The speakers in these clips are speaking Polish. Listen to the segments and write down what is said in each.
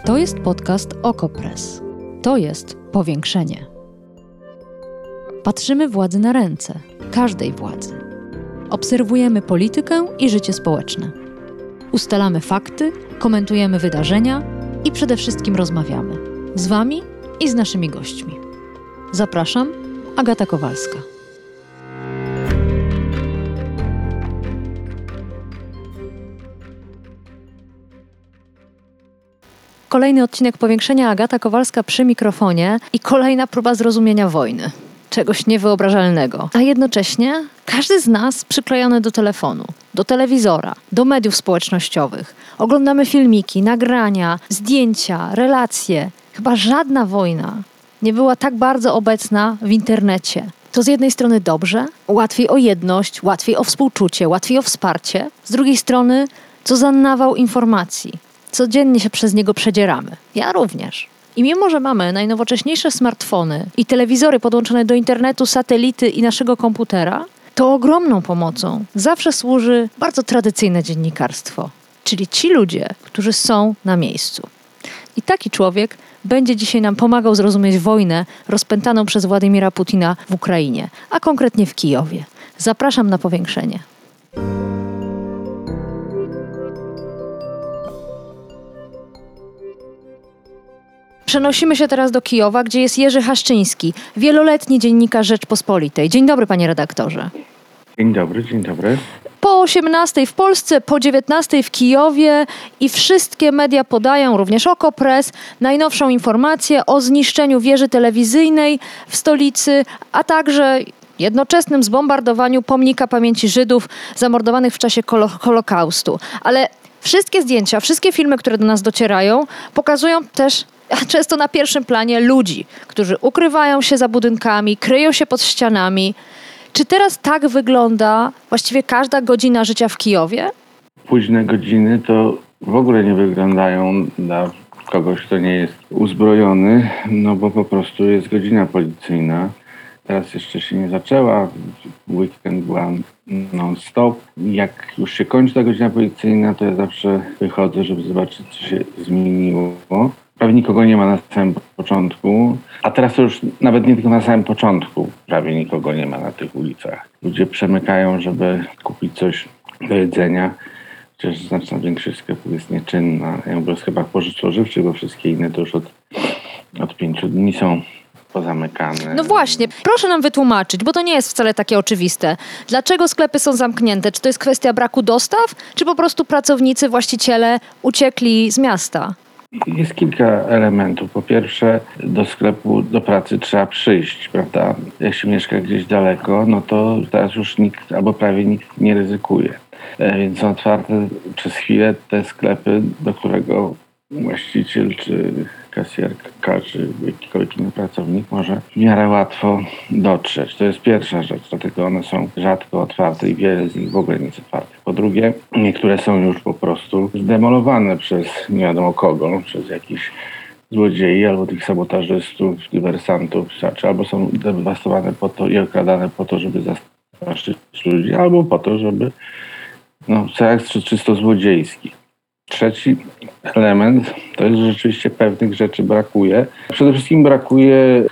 To jest podcast Okopres. To jest powiększenie. Patrzymy władzy na ręce, każdej władzy. Obserwujemy politykę i życie społeczne. Ustalamy fakty, komentujemy wydarzenia i przede wszystkim rozmawiamy. Z Wami i z naszymi gośćmi. Zapraszam, Agata Kowalska. Kolejny odcinek Powiększenia, Agata Kowalska przy mikrofonie i kolejna próba zrozumienia wojny. Czegoś niewyobrażalnego. A jednocześnie każdy z nas przyklejony do telefonu, do telewizora, do mediów społecznościowych. Oglądamy filmiki, nagrania, zdjęcia, relacje. Chyba żadna wojna nie była tak bardzo obecna w internecie. To z jednej strony dobrze, łatwiej o jedność, łatwiej o współczucie, łatwiej o wsparcie. Z drugiej strony, co za nawał informacji. Codziennie się przez niego przedzieramy. Ja również. I mimo, że mamy najnowocześniejsze smartfony i telewizory podłączone do internetu, satelity i naszego komputera, to ogromną pomocą zawsze służy bardzo tradycyjne dziennikarstwo. Czyli ci ludzie, którzy są na miejscu. I taki człowiek będzie dzisiaj nam pomagał zrozumieć wojnę rozpętaną przez Władimira Putina w Ukrainie, a konkretnie w Kijowie. Zapraszam na powiększenie. Przenosimy się teraz do Kijowa, gdzie jest Jerzy Haszczyński, wieloletni dziennikarz Rzeczpospolitej. Dzień dobry, panie redaktorze. Dzień dobry, dzień dobry. Po 18 w Polsce, po 19 w Kijowie i wszystkie media podają, również Okopres, najnowszą informację o zniszczeniu wieży telewizyjnej w stolicy, a także jednoczesnym zbombardowaniu pomnika pamięci Żydów zamordowanych w czasie Holokaustu. Ale wszystkie zdjęcia, wszystkie filmy, które do nas docierają, pokazują też często na pierwszym planie ludzi, którzy ukrywają się za budynkami, kryją się pod ścianami. Czy teraz tak wygląda właściwie każda godzina życia w Kijowie? Późne godziny to w ogóle nie wyglądają dla kogoś, kto nie jest uzbrojony, no bo po prostu jest godzina policyjna. Teraz jeszcze się nie zaczęła, weekend była non-stop. Jak już się kończy ta godzina policyjna, to ja zawsze wychodzę, żeby zobaczyć, co się zmieniło. Prawie nikogo nie ma na samym początku, a teraz to już nawet nie tylko na samym początku prawie nikogo nie ma na tych ulicach. Ludzie przemykają, żeby kupić coś do jedzenia, chociaż znaczna większość sklepów jest nieczynna. Ja mówię o sklepach spożywczych, bo wszystkie inne to już od 5 dni są pozamykane. No właśnie, proszę nam wytłumaczyć, bo to nie jest wcale takie oczywiste. Dlaczego sklepy są zamknięte? Czy to jest kwestia braku dostaw, czy po prostu pracownicy, właściciele uciekli z miasta? Jest kilka elementów. Po pierwsze, do sklepu, do pracy trzeba przyjść, prawda? Jak się mieszka gdzieś daleko, no to teraz już nikt albo prawie nikt nie ryzykuje. Więc są otwarte przez chwilę te sklepy, do którego właściciel czy kasjerka, czy jakikolwiek inny pracownik może w miarę łatwo dotrzeć. To jest pierwsza rzecz, dlatego one są rzadko otwarte i wiele z nich w ogóle nie jest otwartych. Po drugie, niektóre są już po prostu zdemolowane przez nie wiadomo kogo, przez jakichś złodziei albo tych sabotażystów, dywersantów, albo są dewastowane po to i okradane po to, żeby zastraszyć ludzi, albo po to, żeby cel czysto złodziejski. Trzeci element to jest, że rzeczywiście pewnych rzeczy brakuje. Przede wszystkim brakuje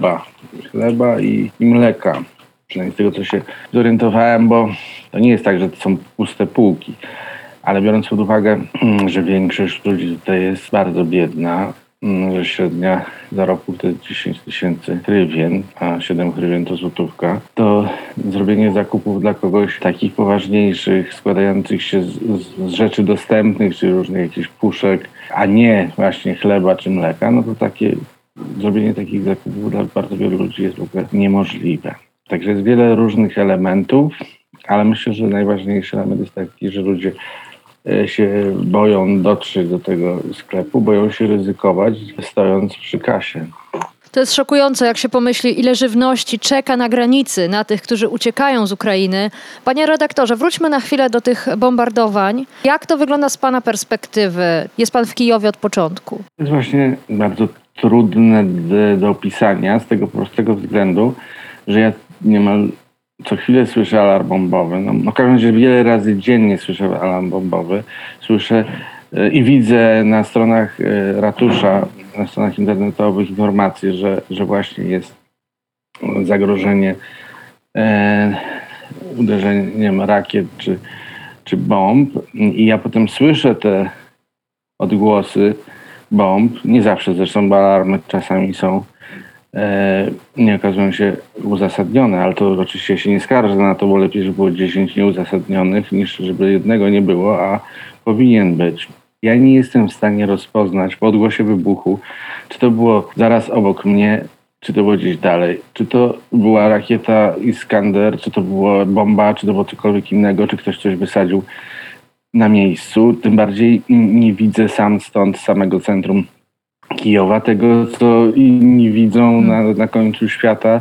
chleba i mleka. Przynajmniej z tego, co się zorientowałem, bo to nie jest tak, że to są puste półki. Ale biorąc pod uwagę, że większość ludzi tutaj jest bardzo biedna, że średnia zarobków to jest 10 000 hrywien, a 7 hrywien to złotówka, to zrobienie zakupów dla kogoś takich poważniejszych, składających się z rzeczy dostępnych, czy różnych jakichś puszek, a nie właśnie chleba czy mleka, no to zrobienie takich zakupów dla bardzo wielu ludzi jest w ogóle niemożliwe. Także jest wiele różnych elementów, ale myślę, że najważniejszy element jest taki, że ludzie się boją dotrzeć do tego sklepu, boją się ryzykować, stojąc przy kasie. To jest szokujące, jak się pomyśli, ile żywności czeka na granicy na tych, którzy uciekają z Ukrainy. Panie redaktorze, wróćmy na chwilę do tych bombardowań. Jak to wygląda z pana perspektywy? Jest pan w Kijowie od początku. To jest właśnie bardzo trudne do opisania z tego prostego względu, że ja niemal co chwilę słyszę alarm bombowy. W każdym razie wiele razy dziennie słyszę alarm bombowy. Słyszę i widzę na stronach ratusza, na stronach internetowych informacje, że właśnie jest zagrożenie uderzeniem rakiet czy bomb. I ja potem słyszę te odgłosy bomb, nie zawsze zresztą, bo alarmy czasami są, nie okazują się uzasadnione, ale to oczywiście się nie skarżę na to, bo lepiej, żeby było 10 nieuzasadnionych, niż żeby jednego nie było, a powinien być. Ja nie jestem w stanie rozpoznać po odgłosie wybuchu, czy to było zaraz obok mnie, czy to było gdzieś dalej. Czy to była rakieta Iskander, czy to była bomba, czy to było cokolwiek innego, czy ktoś coś wysadził na miejscu. Tym bardziej nie widzę sam stąd, z samego centrum Kijowa, tego co inni widzą na końcu świata,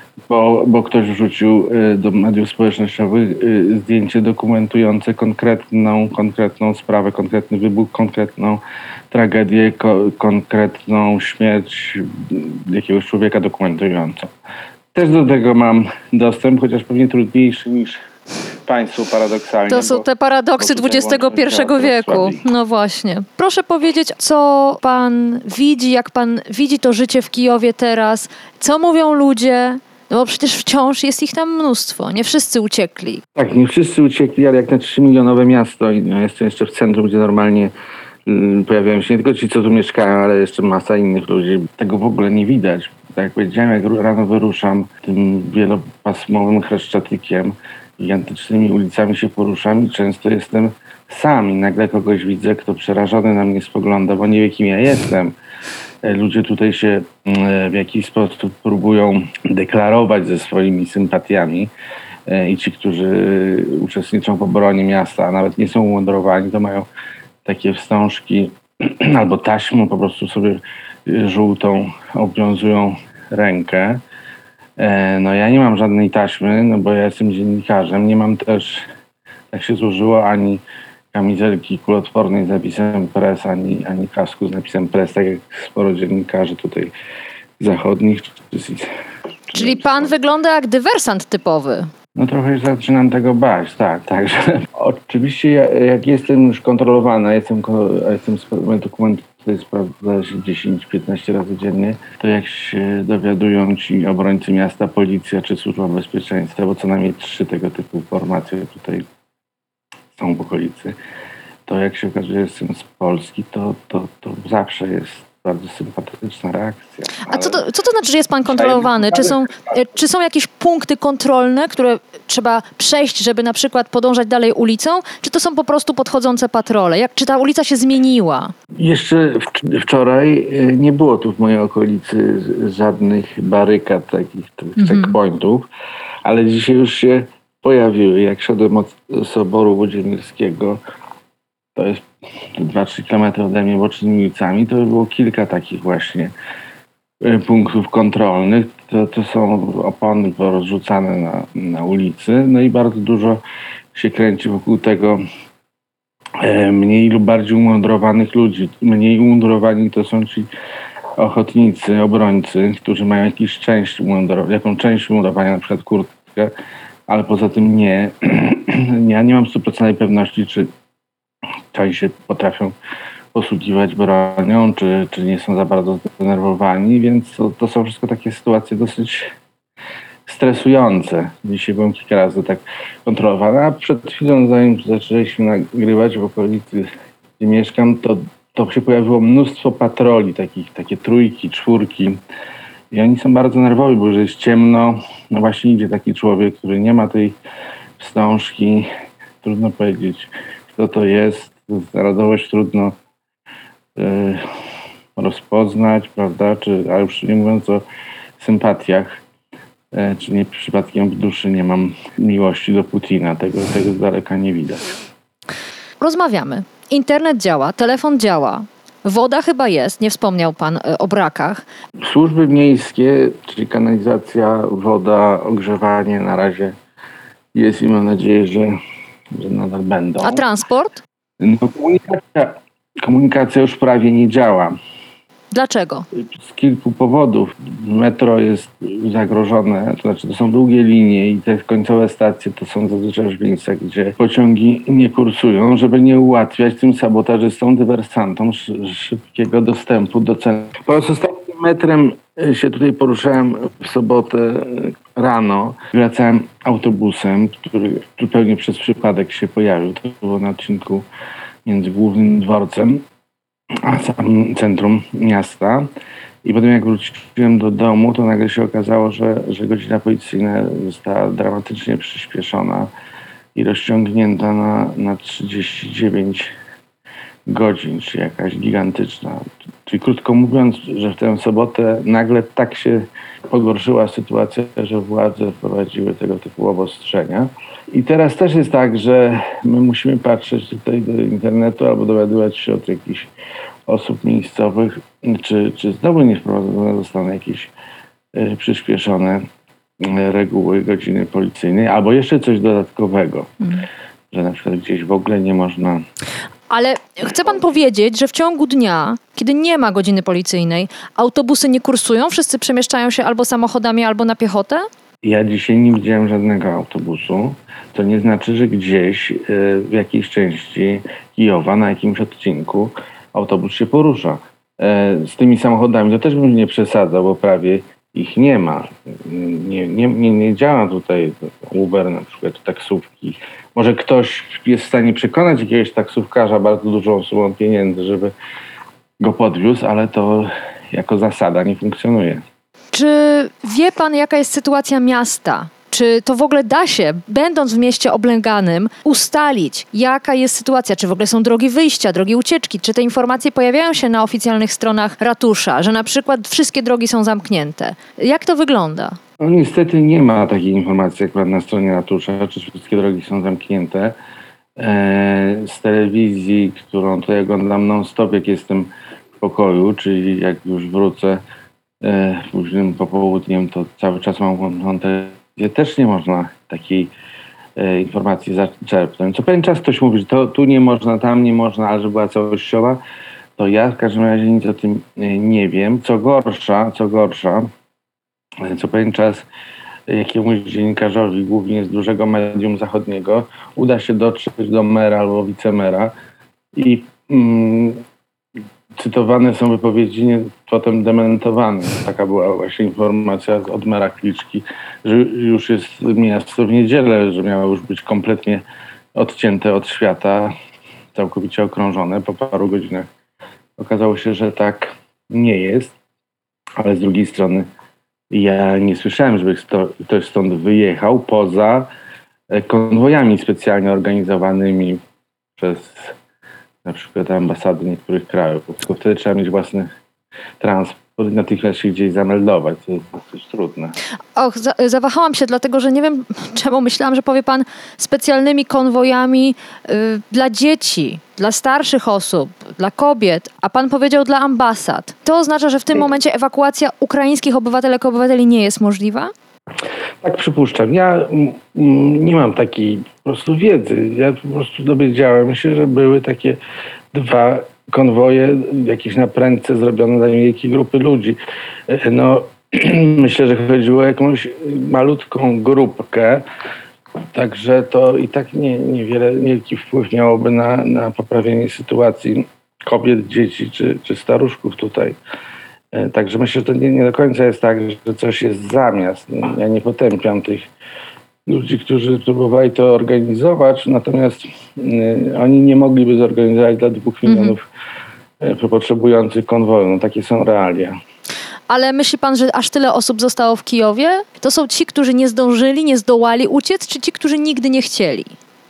bo ktoś wrzucił do mediów społecznościowych zdjęcie dokumentujące konkretną sprawę, konkretny wybuch, konkretną tragedię, konkretną śmierć jakiegoś człowieka dokumentującą. Też do tego mam dostęp, chociaż pewnie trudniejszy niż państwu paradoksalnie. To są te paradoksy XXI wieku. No właśnie. Proszę powiedzieć, co pan widzi, jak pan widzi to życie w Kijowie teraz? Co mówią ludzie? No bo przecież wciąż jest ich tam mnóstwo. Nie wszyscy uciekli. Tak, nie wszyscy uciekli, ale jak na 3-milionowe miasto. I jestem jeszcze w centrum, gdzie normalnie pojawiają się nie tylko ci, co tu mieszkają, ale jeszcze masa innych ludzi. Tego w ogóle nie widać. Tak jak powiedziałem, jak rano wyruszam tym wielopasmowym Chreszczatykiem, gigantycznymi ulicami się poruszam i często jestem sam i nagle kogoś widzę, kto przerażony na mnie spogląda, bo nie wie, kim ja jestem. Ludzie tutaj się w jakiś sposób próbują deklarować ze swoimi sympatiami i ci, którzy uczestniczą w obronie miasta, a nawet nie są umundurowani, to mają takie wstążki albo taśmą po prostu sobie żółtą obwiązują rękę. No ja nie mam żadnej taśmy, no bo ja jestem dziennikarzem. Nie mam też, tak się złożyło, ani kamizelki kuloodpornej z napisem press, ani kasku z napisem press, tak jak sporo dziennikarzy tutaj zachodnich. Czyli pan wygląda jak dywersant typowy. No trochę już zaczynam tego bać, tak. Także oczywiście jak jestem już kontrolowany, jestem dokumenty tutaj sprawdza się 10-15 razy dziennie, to jak się dowiadują ci obrońcy miasta, policja czy służba bezpieczeństwa, bo co najmniej 3 tego typu formacje tutaj są w okolicy, to jak się okazuje, że jestem z Polski, to zawsze jest bardzo sympatyczna reakcja. A co to znaczy, że jest pan kontrolowany? Czy są jakieś punkty kontrolne, które trzeba przejść, żeby na przykład podążać dalej ulicą? Czy to są po prostu podchodzące patrole? Czy ta ulica się zmieniła? Jeszcze wczoraj nie było tu w mojej okolicy żadnych barykad, takich checkpointów, ale dzisiaj już się pojawiły. Jak szedłem od Soboru Włodzimierskiego, to jest 2-3 km ode mnie bocznymi ulicami, to było kilka takich właśnie punktów kontrolnych. To są opony porozrzucane na ulicy, no i bardzo dużo się kręci wokół tego mniej lub bardziej umundurowanych ludzi. Mniej umundurowani to są ci ochotnicy, obrońcy, którzy mają jakąś część umundurowania, na przykład kurtkę, ale poza tym nie. Ja nie mam 100% pewności, czy oni się potrafią posługiwać bronią, czy nie są za bardzo zdenerwowani, więc to są wszystko takie sytuacje dosyć stresujące. Dzisiaj byłem kilka razy tak kontrolowany, a przed chwilą, zanim zaczęliśmy nagrywać w okolicy, gdzie mieszkam, to się pojawiło mnóstwo patroli, takie 3, 4 i oni są bardzo nerwowi, bo że jest ciemno, no właśnie idzie taki człowiek, który nie ma tej wstążki, trudno powiedzieć, kto to jest, narodowość trudno rozpoznać, prawda, a już nie mówiąc o sympatiach, czy nie przypadkiem w duszy nie mam miłości do Putina, tego z daleka nie widać. Rozmawiamy. Internet działa, telefon działa, woda chyba jest, nie wspomniał pan o brakach. Służby miejskie, czyli kanalizacja, woda, ogrzewanie na razie jest i mam nadzieję, że nadal będą. A transport? No, komunikacja już prawie nie działa. Dlaczego? Z kilku powodów. Metro jest zagrożone, to znaczy to są długie linie i te końcowe stacje to są zazwyczaj już miejsca, gdzie pociągi nie kursują, żeby nie ułatwiać tym sabotażystom, dywersantom szybkiego dostępu do centrum. Po raz ostatnim metrem się tutaj poruszałem w sobotę rano. Wracałem autobusem, który zupełnie przez przypadek się pojawił. To było na odcinku między głównym dworcem a samym centrum miasta. I potem jak wróciłem do domu, to nagle się okazało, że godzina policyjna została dramatycznie przyspieszona i rozciągnięta na 39 godzin, czy jakaś gigantyczna. Czyli krótko mówiąc, że w tę sobotę nagle tak się pogorszyła sytuacja, że władze wprowadziły tego typu obostrzenia. I teraz też jest tak, że my musimy patrzeć tutaj do internetu albo dowiadywać się od jakichś osób miejscowych, czy znowu nie wprowadzone zostaną jakieś przyspieszone reguły godziny policyjnej, albo jeszcze coś dodatkowego, że na przykład gdzieś w ogóle nie można. Ale chce pan powiedzieć, że w ciągu dnia, kiedy nie ma godziny policyjnej, autobusy nie kursują? Wszyscy przemieszczają się albo samochodami, albo na piechotę? Ja dzisiaj nie widziałem żadnego autobusu. To nie znaczy, że gdzieś w jakiejś części Kijowa, na jakimś odcinku autobus się porusza. Z tymi samochodami to też bym nie przesadzał, bo prawie ich nie ma. Nie działa tutaj Uber na przykład, czy taksówki. Może ktoś jest w stanie przekonać jakiegoś taksówkarza bardzo dużą sumą pieniędzy, żeby go podwiózł, ale to jako zasada nie funkcjonuje. Czy wie pan, jaka jest sytuacja miasta? Czy to w ogóle da się, będąc w mieście oblęganym, ustalić, jaka jest sytuacja? Czy w ogóle są drogi wyjścia, drogi ucieczki? Czy te informacje pojawiają się na oficjalnych stronach ratusza, że na przykład wszystkie drogi są zamknięte? Jak to wygląda? No niestety nie ma takiej informacji akurat na stronie ratusza, czy wszystkie drogi są zamknięte. Z telewizji, którą tutaj oglądam non-stop, jak jestem w pokoju, czyli jak już wrócę późnym popołudniem, to cały czas mam włączoną telewizję. Też nie można takiej informacji zaczerpnąć. Co pewien czas ktoś mówi, że to tu nie można, tam nie można, ale że była całościowa, to ja w każdym razie nic o tym nie wiem. Co gorsza, co pewien czas jakiemuś dziennikarzowi, głównie z dużego medium zachodniego, uda się dotrzeć do mera albo wicemera i cytowane są wypowiedzi, potem dementowane. Taka była właśnie informacja od mera Kliczki, że już jest miasto w niedzielę, że miało już być kompletnie odcięte od świata, całkowicie okrążone po paru godzinach. Okazało się, że tak nie jest, ale z drugiej strony ja nie słyszałem, żeby ktoś stąd wyjechał poza konwojami specjalnie organizowanymi przez na przykład ambasady niektórych krajów. Tylko wtedy trzeba mieć własny transport i natychmiast się gdzieś zameldować. To jest dosyć trudne. Zawahałam się, dlatego że nie wiem czemu myślałam, że powie pan specjalnymi konwojami dla dzieci, dla starszych osób, dla kobiet, a pan powiedział dla ambasad. To oznacza, że w tym momencie ewakuacja ukraińskich obywatelek i obywateli nie jest możliwa? Tak przypuszczam. Ja nie mam takiej po prostu wiedzy. Ja po prostu dowiedziałem się, że były takie 2 konwoje, jakieś na prędce zrobione dla niewielkiej grupy ludzi. No, myślę, że chodziło o jakąś malutką grupkę, także to i tak niewielki wpływ miałoby na poprawienie sytuacji kobiet, dzieci czy staruszków tutaj. Także myślę, że to nie do końca jest tak, że coś jest zamiast. Ja nie potępiam tych ludzi, którzy próbowali to organizować, natomiast oni nie mogliby zorganizować dla 2 milionów potrzebujących konwoju. No takie są realia. Ale myśli pan, że aż tyle osób zostało w Kijowie? To są ci, którzy nie zdążyli, nie zdołali uciec, czy ci, którzy nigdy nie chcieli?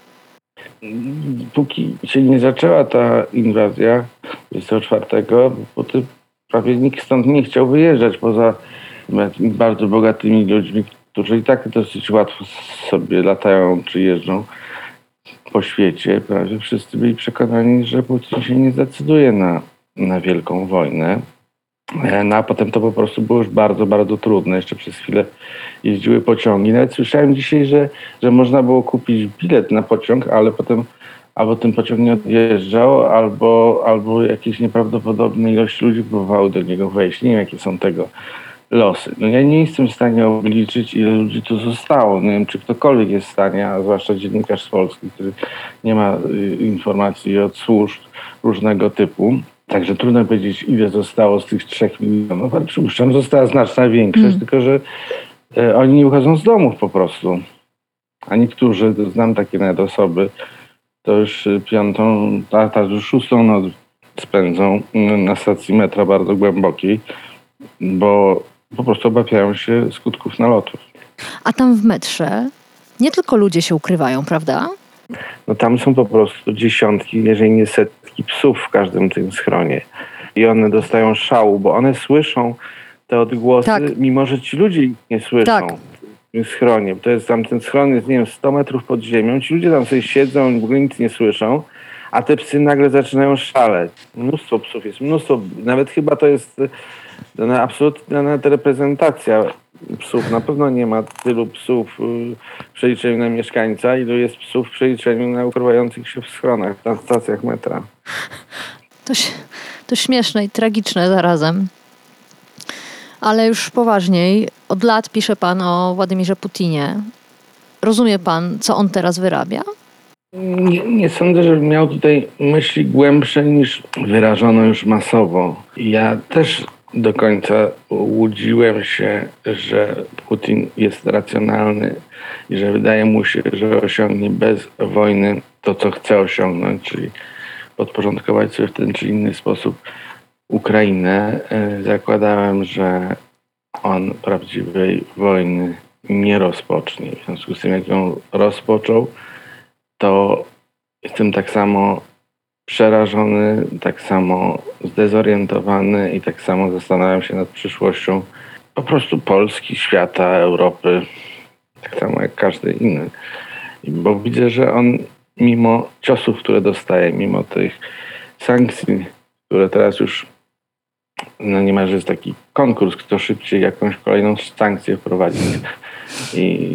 Póki się nie zaczęła ta inwazja 24, bo prawie nikt stąd nie chciał wyjeżdżać, poza bardzo bogatymi ludźmi, którzy i tak dosyć łatwo sobie latają czy jeżdżą po świecie. Prawie wszyscy byli przekonani, że Putin się nie zdecyduje na wielką wojnę. No a potem to po prostu było już bardzo, bardzo trudne. Jeszcze przez chwilę jeździły pociągi. Nawet słyszałem dzisiaj, że można było kupić bilet na pociąg, ale potem albo ten pociąg nie odjeżdżał, albo jakieś nieprawdopodobne ilość ludzi próbowały do niego wejść. Nie wiem, jakie są tego losy. No ja nie jestem w stanie obliczyć, ile ludzi tu zostało. Nie wiem, czy ktokolwiek jest w stanie, a zwłaszcza dziennikarz z Polski, który nie ma informacji od służb różnego typu. Także trudno powiedzieć, ile zostało z tych 3 milionów, ale przypuszczam, została znaczna większość, tylko że oni nie wychodzą z domów po prostu. A niektórzy, znam takie nawet osoby, to już 5., a już 6. noc spędzą na stacji metra bardzo głębokiej, bo po prostu obawiają się skutków nalotów. A tam w metrze nie tylko ludzie się ukrywają, prawda? No tam są po prostu dziesiątki, jeżeli nie setki psów w każdym tym schronie. I one dostają szału, bo one słyszą te odgłosy, Tak. mimo że ci ludzie ich nie słyszą. Tak. W tym schronie. To jest tam, ten schron jest, nie wiem, 100 metrów pod ziemią. Ci ludzie tam sobie siedzą i w ogóle nic nie słyszą, a te psy nagle zaczynają szaleć. Mnóstwo psów jest, mnóstwo. Nawet chyba to jest absolutna reprezentacja psów. Na pewno nie ma tylu psów w przeliczeniu na mieszkańca, ilu jest psów w przeliczeniu na ukrywających się w schronach na stacjach metra. To śmieszne i tragiczne zarazem. Ale już poważniej, od lat pisze pan o Władimirze Putinie. Rozumie pan, co on teraz wyrabia? Nie sądzę, żeby miał tutaj myśli głębsze niż wyrażono już masowo. Ja też do końca łudziłem się, że Putin jest racjonalny i że wydaje mu się, że osiągnie bez wojny to, co chce osiągnąć, czyli podporządkować sobie w ten czy inny sposób Ukrainę. Zakładałem, że on prawdziwej wojny nie rozpocznie. W związku z tym, jak ją rozpoczął, to jestem tak samo przerażony, tak samo zdezorientowany i tak samo zastanawiam się nad przyszłością po prostu Polski, świata, Europy, tak samo jak każdy inny. Bo widzę, że on mimo ciosów, które dostaje, mimo tych sankcji, które teraz już niemalże jest taki konkurs, kto szybciej jakąś kolejną sankcję wprowadzi. I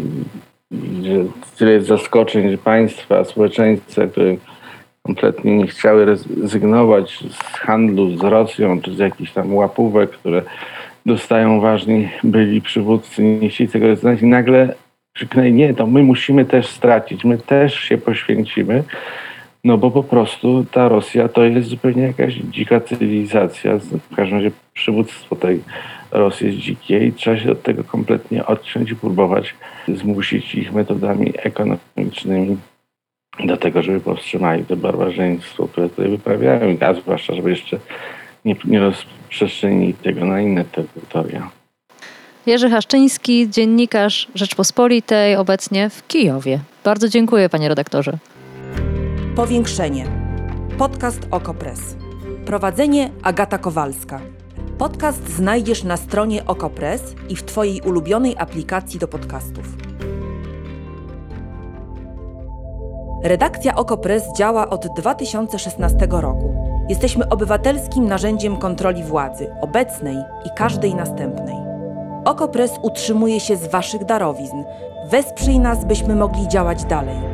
że tyle jest zaskoczeń, że państwa, społeczeństwa, które kompletnie nie chciały rezygnować z handlu z Rosją, czy z jakichś tam łapówek, które dostają ważni byli przywódcy, nie chcieli tego rezygnować i nagle krzyknęli, nie, to my musimy też stracić, my też się poświęcimy, no bo po prostu ta Rosja to jest zupełnie jakaś dzika cywilizacja, w każdym razie przywództwo tej Rosji jest dzikie i trzeba się od tego kompletnie odciąć i próbować zmusić ich metodami ekonomicznymi do tego, żeby powstrzymali to barbarzyństwo, które tutaj wyprawiają, a zwłaszcza, żeby jeszcze nie rozprzestrzenili tego na inne terytoria. Jerzy Haszczyński, dziennikarz Rzeczpospolitej, obecnie w Kijowie. Bardzo dziękuję, panie redaktorze. Powiększenie. Podcast Okopres. Prowadzenie Agata Kowalska. Podcast znajdziesz na stronie Okopres i w twojej ulubionej aplikacji do podcastów. Redakcja Okopres działa od 2016 roku. Jesteśmy obywatelskim narzędziem kontroli władzy, obecnej i każdej następnej. Okopres utrzymuje się z waszych darowizn. Wesprzyj nas, byśmy mogli działać dalej.